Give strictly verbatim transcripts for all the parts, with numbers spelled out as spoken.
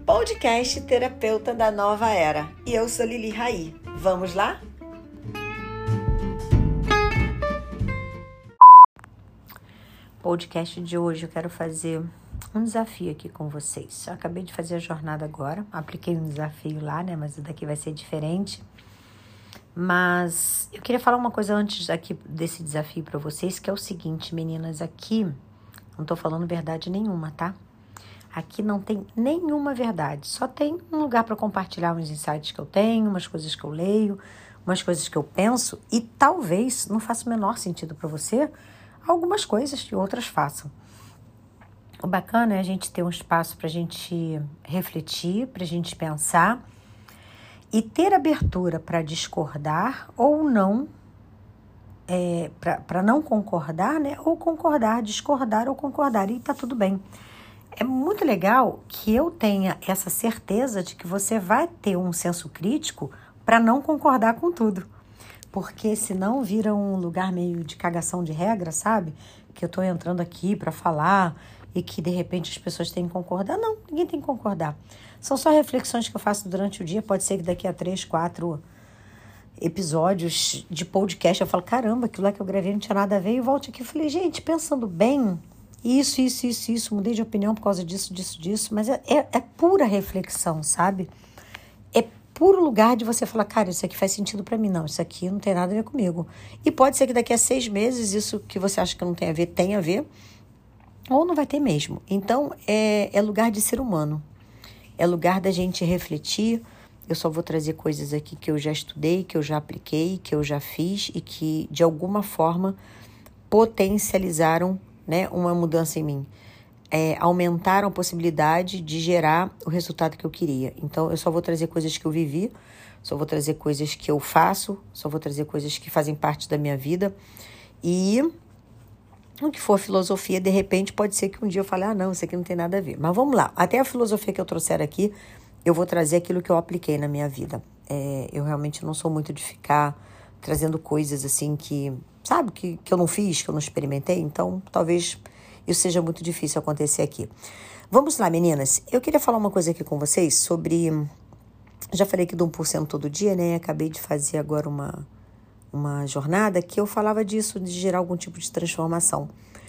podcast Terapeuta da Nova Era. E eu sou Lili Raí. Vamos lá? Podcast de hoje eu quero fazer um desafio aqui com vocês. Eu acabei de fazer a jornada agora, apliquei um desafio lá, né? Mas o daqui vai ser diferente. Mas eu queria falar uma coisa antes aqui desse desafio para vocês, que é o seguinte, meninas, aqui não tô falando verdade nenhuma, tá? Aqui não tem nenhuma verdade, só tem um lugar para compartilhar uns insights que eu tenho, umas coisas que eu leio, umas coisas que eu penso e talvez não faça o menor sentido para você, algumas coisas que outras façam. O bacana é a gente ter um espaço para a gente refletir, para a gente pensar e ter abertura para discordar ou não, é, para não concordar, né? Ou concordar, discordar ou concordar, e tá tudo bem. É muito legal que eu tenha essa certeza de que você vai ter um senso crítico para não concordar com tudo. Porque senão vira um lugar meio de cagação de regra, sabe? Que eu tô entrando aqui para falar e que de repente as pessoas têm que concordar. Não, ninguém tem que concordar. São só reflexões que eu faço durante o dia. Pode ser que daqui a três, quatro episódios de podcast eu falo, caramba, aquilo lá que eu gravei não tinha nada a ver. E volto aqui e falei, gente, pensando bem, isso, isso, isso, isso, mudei de opinião por causa disso, disso, disso. Mas é, é, é pura reflexão, sabe? É puro lugar de você falar, cara, isso aqui faz sentido pra mim. Não, isso aqui não tem nada a ver comigo. E pode ser que daqui a seis meses isso que você acha que não tem a ver, tem a ver. Ou não vai ter mesmo. Então, é, é lugar de ser humano. É lugar da gente refletir. Eu só vou trazer coisas aqui que eu já estudei, que eu já apliquei, que eu já fiz e que, de alguma forma, potencializaram, né, uma mudança em mim. É, aumentaram a possibilidade de gerar o resultado que eu queria. Então, eu só vou trazer coisas que eu vivi, só vou trazer coisas que eu faço, só vou trazer coisas que fazem parte da minha vida. E o que for filosofia, de repente, pode ser que um dia eu fale, ah, não, isso aqui não tem nada a ver. Mas vamos lá. Até a filosofia que eu trouxer aqui, eu vou trazer aquilo que eu apliquei na minha vida. É, eu realmente não sou muito de ficar trazendo coisas assim que, sabe, que, que eu não fiz, que eu não experimentei. Então, talvez isso seja muito difícil acontecer aqui. Vamos lá, meninas. Eu queria falar uma coisa aqui com vocês sobre... Já falei aqui do um por cento todo dia, né? Acabei de fazer agora uma... uma jornada que eu falava disso, de gerar algum tipo de transformação.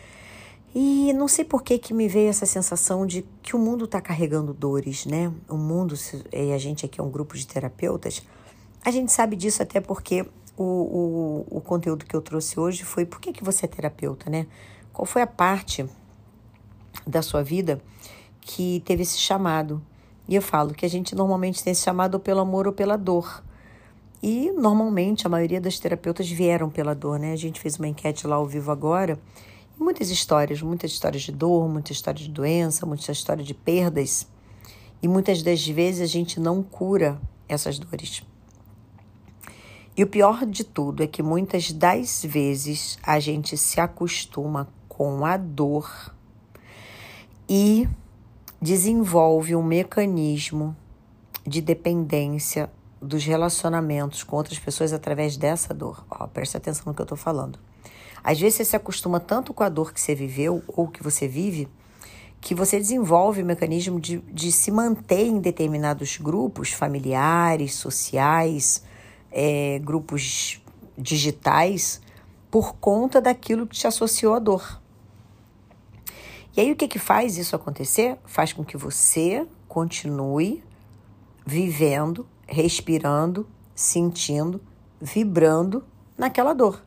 E não sei por que que me veio essa sensação de que o mundo está carregando dores, né? O mundo, e a gente aqui é um grupo de terapeutas, a gente sabe disso até porque o, o, o conteúdo que eu trouxe hoje foi por que que você é terapeuta, né? Qual foi a parte da sua vida que teve esse chamado? E eu falo que a gente normalmente tem esse chamado pelo amor ou pela dor. E, normalmente, a maioria das terapeutas vieram pela dor, né? A gente fez uma enquete lá ao vivo agora. E muitas histórias, muitas histórias de dor, muitas histórias de doença, muitas histórias de perdas. E muitas das vezes a gente não cura essas dores. E o pior de tudo é que muitas das vezes a gente se acostuma com a dor e desenvolve um mecanismo de dependência dos relacionamentos com outras pessoas através dessa dor. Ó, presta atenção no que eu tô falando. Às vezes você se acostuma tanto com a dor que você viveu ou que você vive, que você desenvolve o mecanismo de, de se manter em determinados grupos familiares, sociais, é, grupos digitais, por conta daquilo que te associou à dor. E aí o que que faz isso acontecer? Faz com que você continue vivendo, respirando, sentindo, vibrando naquela dor.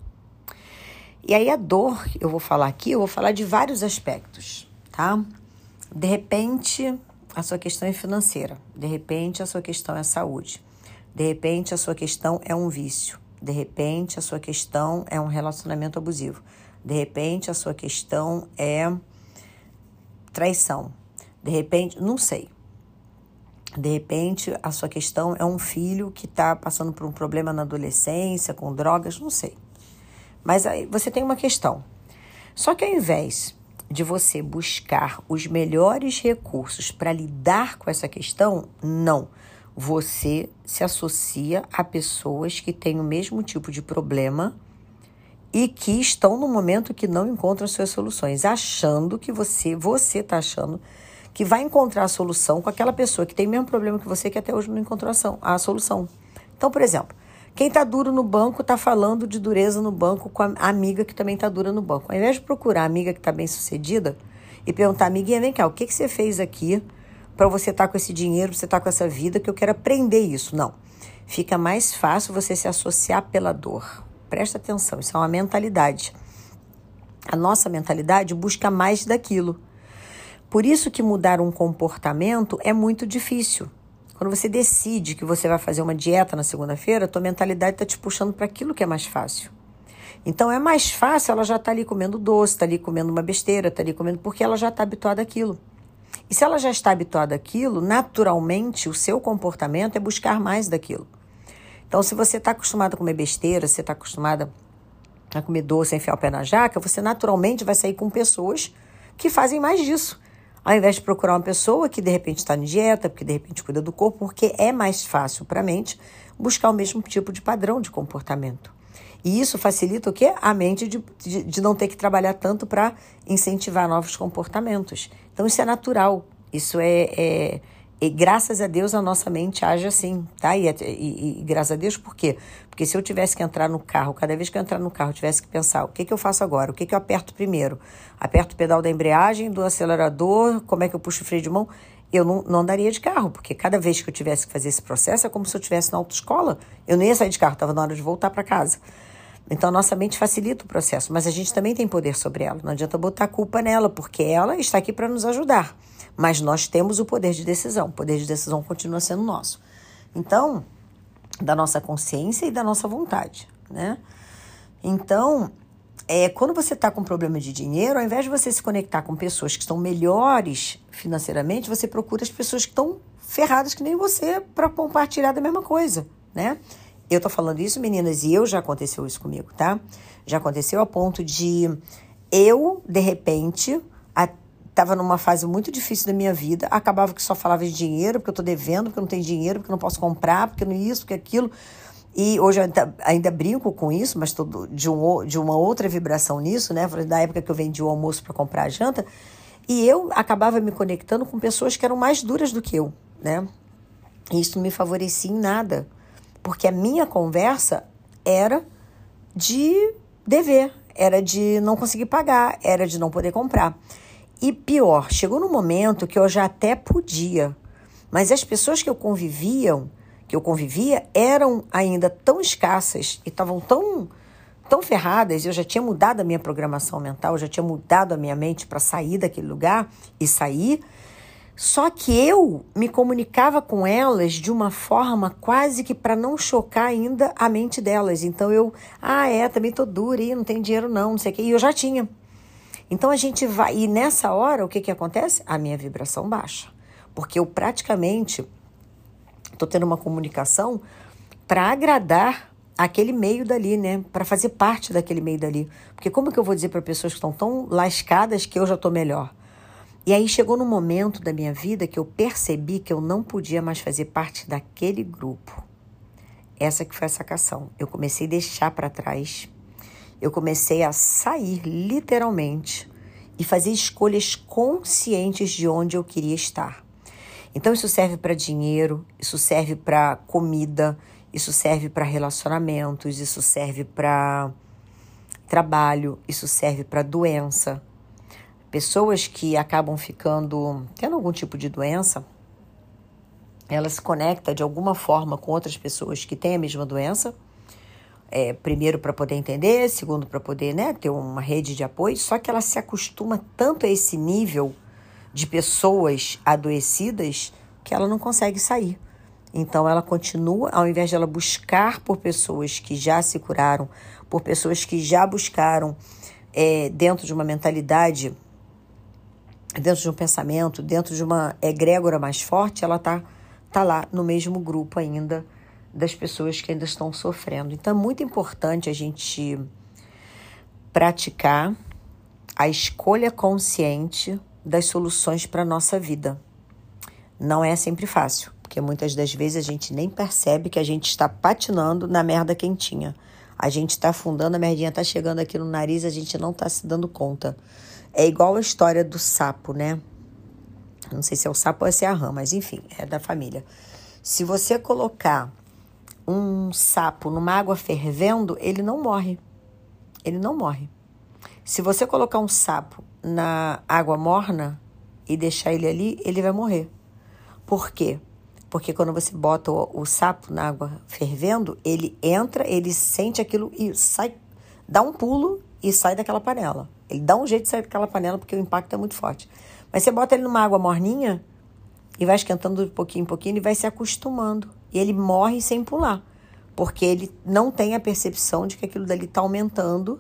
E aí a dor, eu vou falar aqui, eu vou falar de vários aspectos, tá? De repente, a sua questão é financeira. De repente, a sua questão é saúde. De repente, a sua questão é um vício. De repente, a sua questão é um relacionamento abusivo. De repente, a sua questão é traição. De repente, não sei. De repente, a sua questão é um filho que está passando por um problema na adolescência, com drogas, não sei. Mas aí você tem uma questão. Só que ao invés de você buscar os melhores recursos para lidar com essa questão, não. Você se associa a pessoas que têm o mesmo tipo de problema e que estão no momento que não encontram suas soluções, achando que você, você está achando que vai encontrar a solução com aquela pessoa que tem o mesmo problema que você, que até hoje não encontrou a solução. Então, por exemplo, quem está duro no banco está falando de dureza no banco com a amiga que também está dura no banco. Ao invés de procurar a amiga que está bem sucedida e perguntar, amiguinha, vem cá, o que, que você fez aqui para você estar tá com esse dinheiro, você estar tá com essa vida, que eu quero aprender isso. Não. Fica mais fácil você se associar pela dor. Presta atenção, isso é uma mentalidade. A nossa mentalidade busca mais daquilo. Por isso que mudar um comportamento é muito difícil. Quando você decide que você vai fazer uma dieta na segunda-feira, a tua mentalidade está te puxando para aquilo que é mais fácil. Então é mais fácil, ela já está ali comendo doce, está ali comendo uma besteira, está ali comendo, porque ela já está habituada àquilo. E se ela já está habituada àquilo, naturalmente o seu comportamento é buscar mais daquilo. Então se você está acostumado a comer besteira, você está acostumada a comer doce, a enfiar o pé na jaca, você naturalmente vai sair com pessoas que fazem mais disso. Ao invés de procurar uma pessoa que de repente está em dieta, porque de repente cuida do corpo, porque é mais fácil para a mente buscar o mesmo tipo de padrão de comportamento. E isso facilita o quê? A mente de, de, de não ter que trabalhar tanto para incentivar novos comportamentos. Então isso é natural, isso é, é, é... graças a Deus a nossa mente age assim, tá? E, e, e graças a Deus por quê? Porque se eu tivesse que entrar no carro, cada vez que eu entrar no carro, eu tivesse que pensar, o que, que eu faço agora? O que, que eu aperto primeiro? Aperto o pedal da embreagem, do acelerador, como é que eu puxo o freio de mão? Eu não, não andaria de carro, porque cada vez que eu tivesse que fazer esse processo é como se eu estivesse na autoescola. Eu não ia sair de carro, estava na hora de voltar para casa. Então, a nossa mente facilita o processo, mas a gente também tem poder sobre ela. Não adianta botar a culpa nela, porque ela está aqui para nos ajudar. Mas nós temos o poder de decisão. O poder de decisão continua sendo nosso. Então, da nossa consciência e da nossa vontade, né? Então, é, quando você está com problema de dinheiro, ao invés de você se conectar com pessoas que estão melhores financeiramente, você procura as pessoas que estão ferradas que nem você para compartilhar da mesma coisa, né? Eu tô falando isso, meninas, e eu já aconteceu isso comigo, tá? Já aconteceu a ponto de eu, de repente, a, tava numa fase muito difícil da minha vida, acabava que só falava de dinheiro, porque eu tô devendo, porque eu não tenho dinheiro, porque eu não posso comprar, porque não isso, porque aquilo. E hoje eu ainda, ainda brinco com isso, mas tô de, um, de uma outra vibração nisso, né? Da época que eu vendi o almoço para comprar a janta. E eu acabava me conectando com pessoas que eram mais duras do que eu, né? E isso não me favorecia em nada. Porque a minha conversa era de dever, era de não conseguir pagar, era de não poder comprar. E pior, chegou num momento que eu já até podia, mas as pessoas que eu conviviam, que eu convivia eram ainda tão escassas e estavam tão, tão ferradas. Eu já tinha mudado a minha programação mental, eu já tinha mudado a minha mente para sair daquele lugar e sair. Só que eu me comunicava com elas de uma forma quase que para não chocar ainda a mente delas. Então eu, ah é, também tô dura e não tenho dinheiro não, não sei o quê. E eu já tinha. Então a gente vai, e nessa hora o que que acontece? A minha vibração baixa. Porque eu praticamente tô tendo uma comunicação para agradar aquele meio dali, né? Para fazer parte daquele meio dali. Porque como que eu vou dizer para pessoas que estão tão lascadas que eu já tô melhor? E aí chegou num momento da minha vida que eu percebi que eu não podia mais fazer parte daquele grupo. Essa que foi a sacação. Eu comecei a deixar para trás. Eu comecei a sair, literalmente, e fazer escolhas conscientes de onde eu queria estar. Então isso serve para dinheiro, isso serve para comida, isso serve para relacionamentos, isso serve para trabalho, isso serve para doença. Pessoas que acabam ficando, tendo algum tipo de doença, ela se conecta de alguma forma com outras pessoas que têm a mesma doença, é, primeiro para poder entender, segundo para poder, né, ter uma rede de apoio, só que ela se acostuma tanto a esse nível de pessoas adoecidas que ela não consegue sair. Então ela continua, ao invés de ela buscar por pessoas que já se curaram, por pessoas que já buscaram é, dentro de uma mentalidade, dentro de um pensamento, dentro de uma egrégora mais forte, ela está tá lá no mesmo grupo ainda das pessoas que ainda estão sofrendo. Então é muito importante a gente praticar a escolha consciente das soluções para a nossa vida. Não é sempre fácil, porque muitas das vezes a gente nem percebe que a gente está patinando na merda quentinha. A gente está afundando, a merdinha está chegando aqui no nariz, a gente não está se dando conta. É igual a história do sapo, né? não sei se é o sapo ou se é a rã, mas enfim, é da família. Se você colocar um sapo numa água fervendo, ele não morre. Ele não morre. Se você colocar um sapo na água morna e deixar ele ali, ele vai morrer. Por quê? Porque quando você bota o, o sapo na água fervendo, ele entra, ele sente aquilo e sai, dá um pulo e sai daquela panela. Ele dá um jeito de sair daquela panela porque o impacto é muito forte. Mas você bota ele numa água morninha e vai esquentando de pouquinho em pouquinho e vai se acostumando. E ele morre sem pular, porque ele não tem a percepção de que aquilo dali está aumentando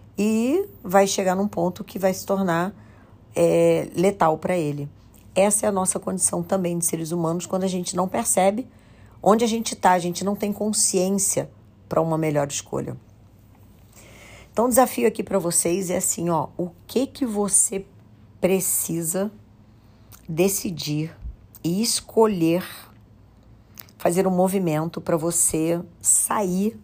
e vai chegar num ponto que vai se tornar é, letal para ele. Essa é a nossa condição também de seres humanos, quando a gente não percebe onde a gente está, a gente não tem consciência para uma melhor escolha. Então, o desafio aqui para vocês é assim, ó, o que que você precisa decidir e escolher fazer um movimento para você sair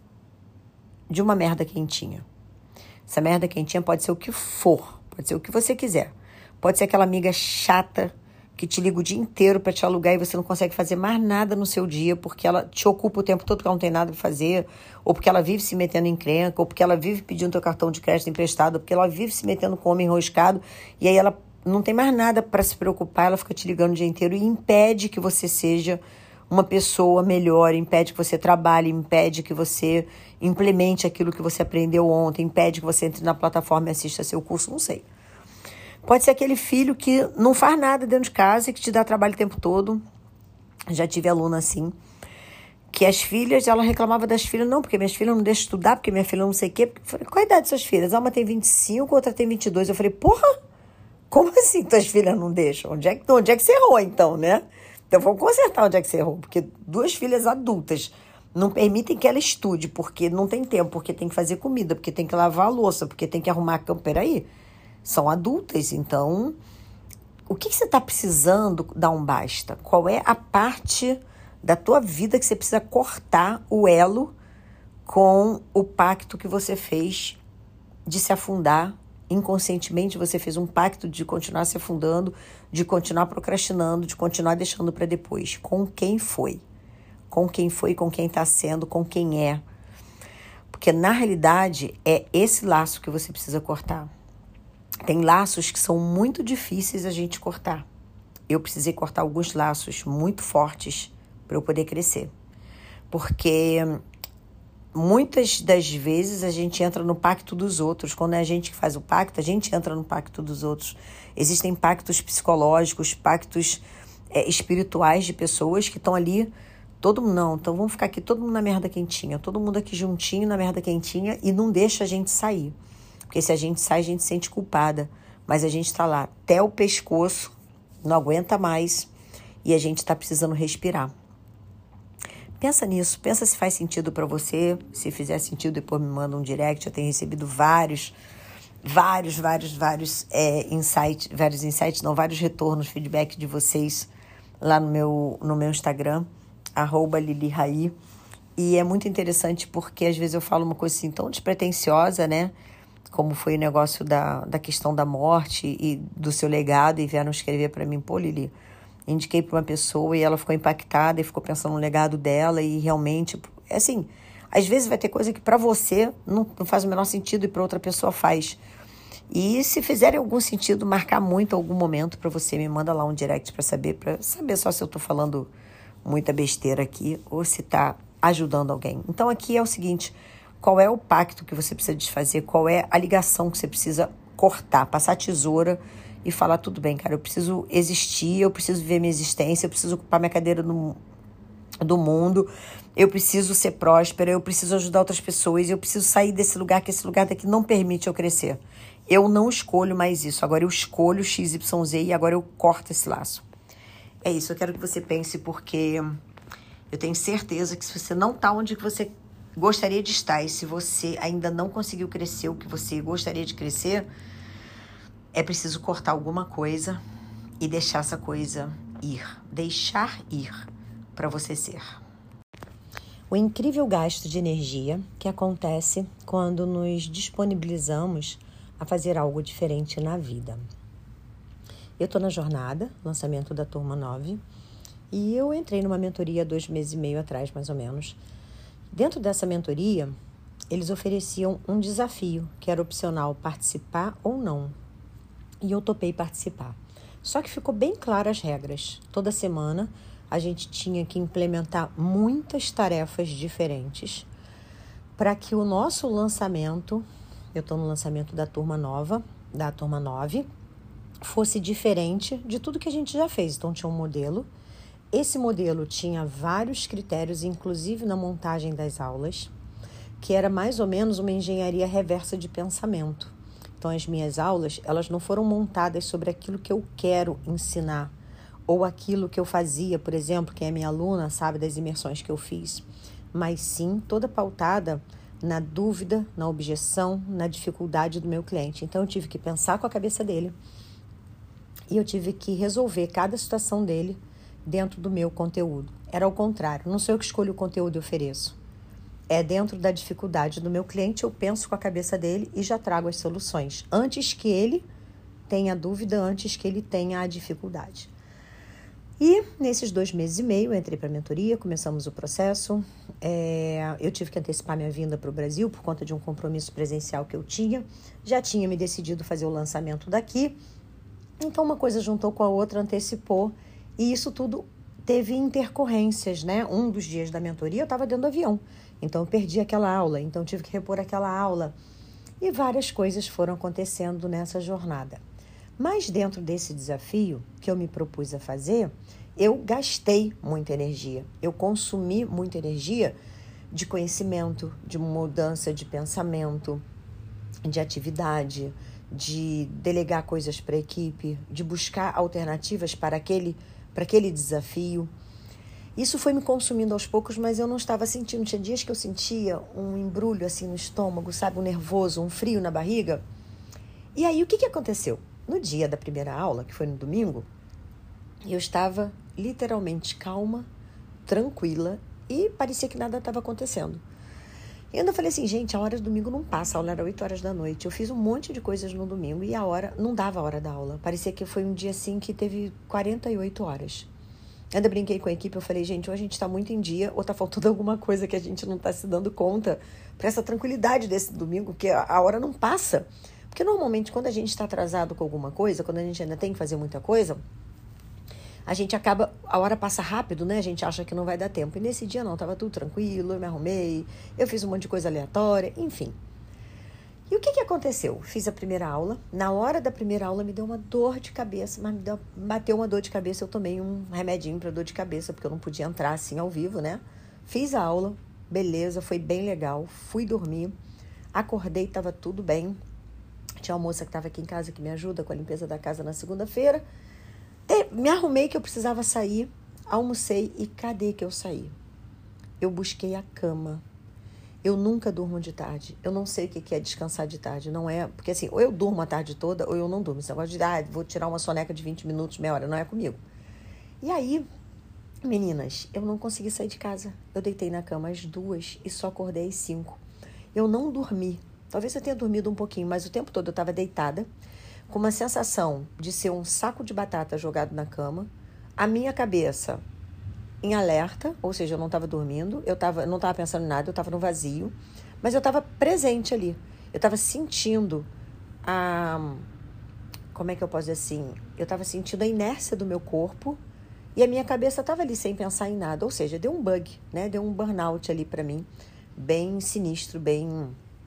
de uma merda quentinha. Essa merda quentinha pode ser o que for, pode ser o que você quiser. Pode ser aquela amiga chata que te liga o dia inteiro para te alugar e você não consegue fazer mais nada no seu dia porque ela te ocupa o tempo todo que ela não tem nada para fazer, ou porque ela vive se metendo em encrenca, ou porque ela vive pedindo teu cartão de crédito emprestado, ou porque ela vive se metendo com homem enroscado e aí ela não tem mais nada para se preocupar, ela fica te ligando o dia inteiro e impede que você seja uma pessoa melhor, impede que você trabalhe, impede que você implemente aquilo que você aprendeu ontem, impede que você entre na plataforma e assista seu curso, não sei. Pode ser aquele filho que não faz nada dentro de casa e que te dá trabalho o tempo todo. Já tive aluna assim, que as filhas, ela reclamava das filhas, não, porque minhas filhas não deixam estudar, porque minha filha não sei o quê. Eu falei, qual a idade das suas filhas? Uma tem vinte e cinco, outra tem vinte e dois. Eu falei, porra, como assim tuas filhas não deixam? Onde é que, onde é que você errou então, né? Então vamos consertar onde é que você errou, porque duas filhas adultas não permitem que ela estude, porque não tem tempo, porque tem que fazer comida, porque tem que lavar a louça, porque tem que arrumar a cama. Peraí, são adultas, então o que, que você está precisando dar um basta? Qual é a parte da tua vida que você precisa cortar o elo com o pacto que você fez de se afundar? Inconscientemente você fez um pacto de continuar se afundando, de continuar procrastinando, de continuar deixando para depois. Com quem foi? Com quem foi, com quem está sendo, com quem é. Porque na realidade é esse laço que você precisa cortar. Tem laços que são muito difíceis a gente cortar. Eu precisei cortar alguns laços muito fortes para eu poder crescer. Porque muitas das vezes a gente entra no pacto dos outros. Quando é a gente que faz o pacto, a gente entra no pacto dos outros. Existem pactos psicológicos, pactos é, espirituais de pessoas que estão ali, todo mundo não, então vamos ficar aqui todo mundo na merda quentinha, todo mundo aqui juntinho na merda quentinha e não deixa a gente sair. Porque se a gente sai, a gente se sente culpada. Mas a gente está lá até o pescoço, não aguenta mais e a gente está precisando respirar. Pensa nisso, pensa se faz sentido para você. Se fizer sentido, depois me manda um direct. Eu tenho recebido vários, vários, vários, vários é, insights, vários insights, não, vários retornos, feedback de vocês lá no meu, no meu Instagram, arroba Lili Raí. E é muito interessante porque às vezes eu falo uma coisa assim tão despretensiosa, né? Como foi o negócio da, da questão da morte e do seu legado, e vieram escrever para mim, pô, Lili, indiquei para uma pessoa e ela ficou impactada e ficou pensando no legado dela e realmente, é assim, às vezes vai ter coisa que para você não, não faz o menor sentido e para outra pessoa faz. E se fizer algum sentido, marcar muito algum momento para você, me manda lá um direct para saber, para saber só se eu tô falando muita besteira aqui ou se tá ajudando alguém. Então aqui é o seguinte, qual é o pacto que você precisa desfazer, qual é a ligação que você precisa cortar, passar a tesoura e falar, tudo bem, cara, eu preciso existir, eu preciso viver minha existência, eu preciso ocupar minha cadeira no, do mundo, eu preciso ser próspera, eu preciso ajudar outras pessoas, eu preciso sair desse lugar, que esse lugar daqui não permite eu crescer. Eu não escolho mais isso, agora eu escolho X Y Z e agora eu corto esse laço. É isso, eu quero que você pense, porque eu tenho certeza que se você não está onde você gostaria de estar e se você ainda não conseguiu crescer o que você gostaria de crescer, é preciso cortar alguma coisa e deixar essa coisa ir. Deixar ir para você ser. O incrível gasto de energia que acontece quando nos disponibilizamos a fazer algo diferente na vida. Eu estou na jornada, lançamento da turma nove, e eu entrei numa mentoria dois meses e meio atrás, mais ou menos. Dentro dessa mentoria, eles ofereciam um desafio, que era opcional participar ou não. E eu topei participar. Só que ficou bem claras as regras. Toda semana a gente tinha que implementar muitas tarefas diferentes para que o nosso lançamento, eu estou no lançamento da turma nova, da turma nove, fosse diferente de tudo que a gente já fez. Então tinha um modelo. Esse modelo tinha vários critérios, inclusive na montagem das aulas, que era mais ou menos uma engenharia reversa de pensamento. Então, as minhas aulas, elas não foram montadas sobre aquilo que eu quero ensinar, ou aquilo que eu fazia, por exemplo, quem é minha aluna sabe das imersões que eu fiz, mas sim toda pautada na dúvida, na objeção, na dificuldade do meu cliente. Então, eu tive que pensar com a cabeça dele e eu tive que resolver cada situação dele dentro do meu conteúdo. Era ao contrário, não sou eu que escolho o conteúdo e ofereço. É dentro da dificuldade do meu cliente, eu penso com a cabeça dele e já trago as soluções. Antes que ele tenha dúvida, antes que ele tenha a dificuldade. E nesses dois meses e meio, eu entrei para a mentoria, começamos o processo. É, eu tive que antecipar minha vinda para o Brasil por conta de um compromisso presencial que eu tinha. Já tinha me decidido fazer o lançamento daqui. Então, uma coisa juntou com a outra, antecipou. E isso tudo teve intercorrências, né? Um dos dias da mentoria eu estava dentro do avião. Então, eu perdi aquela aula, então tive que repor aquela aula. E várias coisas foram acontecendo nessa jornada. Mas dentro desse desafio que eu me propus a fazer, eu gastei muita energia. Eu consumi muita energia de conhecimento, de mudança de pensamento, de atividade, de delegar coisas para a equipe, de buscar alternativas para aquele, para aquele desafio. Isso foi me consumindo aos poucos, mas eu não estava sentindo. Tinha dias que eu sentia um embrulho assim no estômago, sabe? Um nervoso, um frio na barriga. E aí, o que, que aconteceu? No dia da primeira aula, que foi no domingo, eu estava literalmente calma, tranquila e parecia que nada estava acontecendo. E ainda falei assim, gente, a hora do domingo não passa, a aula era oito horas da noite. Eu fiz um monte de coisas no domingo e a hora, não dava a hora da aula. Parecia que foi um dia assim que teve quarenta e oito horas. Ainda brinquei com a equipe, eu falei, gente, ou a gente está muito em dia, ou está faltando alguma coisa que a gente não está se dando conta para essa tranquilidade desse domingo, que a hora não passa. Porque normalmente quando a gente está atrasado com alguma coisa, quando a gente ainda tem que fazer muita coisa, a gente acaba, a hora passa rápido, né? A gente acha que não vai dar tempo. E nesse dia não, estava tudo tranquilo, eu me arrumei, eu fiz um monte de coisa aleatória, enfim. E o que, que aconteceu? Fiz a primeira aula. Na hora da primeira aula me deu uma dor de cabeça, mas me deu, bateu uma dor de cabeça. Eu tomei um remedinho para dor de cabeça, porque eu não podia entrar assim ao vivo, né? Fiz a aula, beleza, foi bem legal. Fui dormir, acordei, estava tudo bem. Tinha uma moça que estava aqui em casa que me ajuda com a limpeza da casa na segunda-feira. Me arrumei que eu precisava sair, almocei e cadê que eu saí? Eu busquei a cama. Eu nunca durmo de tarde. Eu não sei o que é descansar de tarde. Não é... Porque assim, ou eu durmo a tarde toda ou eu não durmo. Esse negócio de, ah, vou tirar uma soneca de vinte minutos, meia hora. Não é comigo. E aí, meninas, eu não consegui sair de casa. Eu deitei na cama às duas e só acordei às cinco. Eu não dormi. Talvez eu tenha dormido um pouquinho, mas o tempo todo eu estava deitada, com uma sensação de ser um saco de batata jogado na cama. A minha cabeça em alerta, ou seja, eu não estava dormindo, eu tava, não estava pensando em nada, eu estava no vazio, mas eu estava presente ali. Eu estava sentindo a... Como é que eu posso dizer assim? Eu estava sentindo a inércia do meu corpo e a minha cabeça estava ali sem pensar em nada. Ou seja, deu um bug, né? Deu um burnout ali para mim, bem sinistro, bem,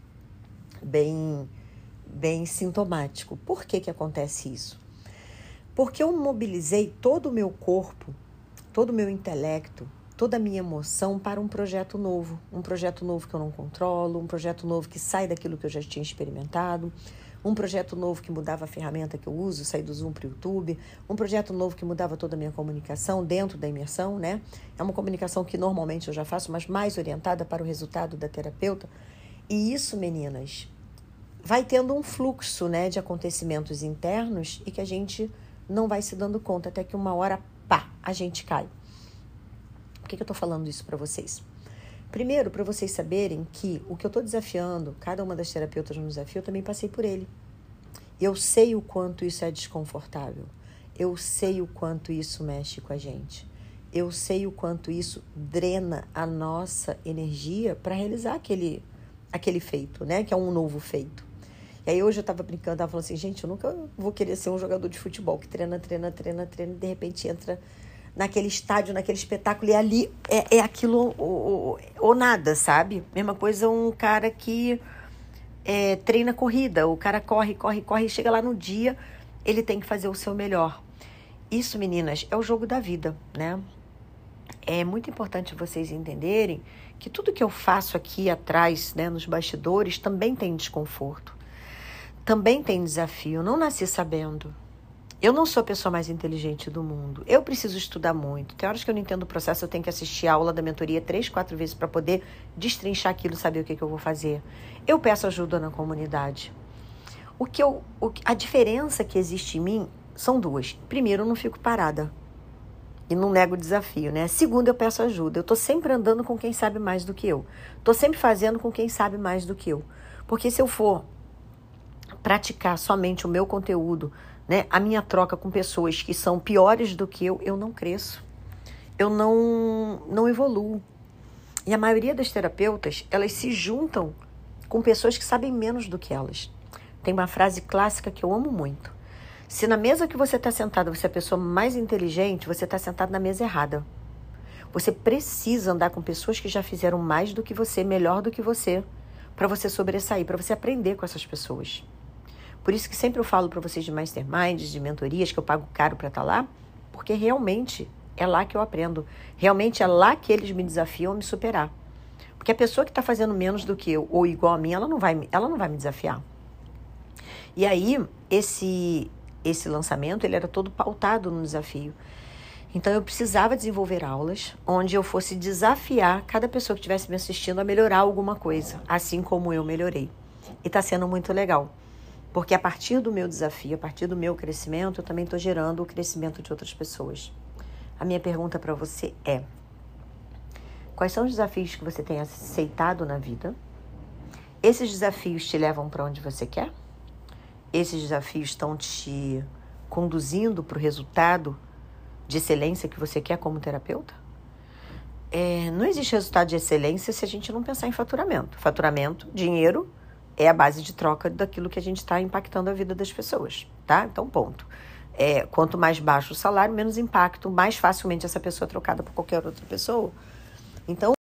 bem, bem sintomático. Por que que acontece isso? Porque eu mobilizei todo o meu corpo, todo o meu intelecto, toda a minha emoção para um projeto novo. Um projeto novo que eu não controlo, um projeto novo que sai daquilo que eu já tinha experimentado, um projeto novo que mudava a ferramenta que eu uso, sair do Zoom para o YouTube, um projeto novo que mudava toda a minha comunicação dentro da imersão, né? É uma comunicação que normalmente eu já faço, mas mais orientada para o resultado da terapeuta. E isso, meninas, vai tendo um fluxo, né, de acontecimentos internos e que a gente não vai se dando conta, até que uma hora, pá, a gente cai. Por que que eu tô falando isso para vocês? Primeiro, para vocês saberem que o que eu tô desafiando, cada uma das terapeutas no desafio, eu também passei por ele. Eu sei o quanto isso é desconfortável. eu sei o quanto isso mexe com a gente. Eu sei o quanto isso drena a nossa energia para realizar aquele, aquele feito, né? Que é um novo feito. E aí hoje eu tava brincando, tava falando assim, gente, eu nunca vou querer ser um jogador de futebol que treina, treina, treina, treina, e de repente entra naquele estádio, naquele espetáculo, e ali é, é aquilo ou, ou, ou nada, sabe? Mesma coisa um cara que é, treina corrida, o cara corre, corre, corre, e chega lá no dia, ele tem que fazer o seu melhor. Isso, meninas, é o jogo da vida, né? É muito importante vocês entenderem que tudo que eu faço aqui atrás, né, nos bastidores, também tem desconforto. Também tem desafio. Eu não nasci sabendo. Eu não sou a pessoa mais inteligente do mundo. Eu preciso estudar muito. Tem horas que eu não entendo o processo, eu tenho que assistir a aula da mentoria três, quatro vezes para poder destrinchar aquilo, saber o que, que eu vou fazer. Eu peço ajuda na comunidade. O que eu, o, a diferença que existe em mim são duas. Primeiro, eu não fico parada. E não nego o desafio, né? Segundo, eu peço ajuda. Eu tô sempre andando com quem sabe mais do que eu. Tô sempre fazendo com quem sabe mais do que eu. Porque se eu for praticar somente o meu conteúdo, né, a minha troca com pessoas que são piores do que eu, eu não cresço. Eu não, não evoluo. E a maioria das terapeutas, elas se juntam com pessoas que sabem menos do que elas. Tem uma frase clássica que eu amo muito. Se na mesa que você está sentado você é a pessoa mais inteligente, você está sentado na mesa errada. Você precisa andar com pessoas que já fizeram mais do que você, melhor do que você, para você sobressair, para você aprender com essas pessoas. Por isso que sempre eu falo para vocês de masterminds, de mentorias, que eu pago caro para estar lá, porque realmente é lá que eu aprendo. Realmente é lá que eles me desafiam a me superar. Porque a pessoa que está fazendo menos do que eu, ou igual a mim, ela não vai, ela não vai me desafiar. E aí, esse, esse lançamento, ele era todo pautado no desafio. Então, eu precisava desenvolver aulas onde eu fosse desafiar cada pessoa que estivesse me assistindo a melhorar alguma coisa, assim como eu melhorei. E está sendo muito legal. Porque a partir do meu desafio, a partir do meu crescimento, eu também estou gerando o crescimento de outras pessoas. A minha pergunta para você é: quais são os desafios que você tem aceitado na vida? Esses desafios te levam para onde você quer? Esses desafios estão te conduzindo para o resultado de excelência que você quer como terapeuta? É, não existe resultado de excelência se a gente não pensar em faturamento. Faturamento, dinheiro, é a base de troca daquilo que a gente está impactando a vida das pessoas, tá? Então, ponto. É, quanto mais baixo o salário, menos impacto, mais facilmente essa pessoa é trocada por qualquer outra pessoa. Então,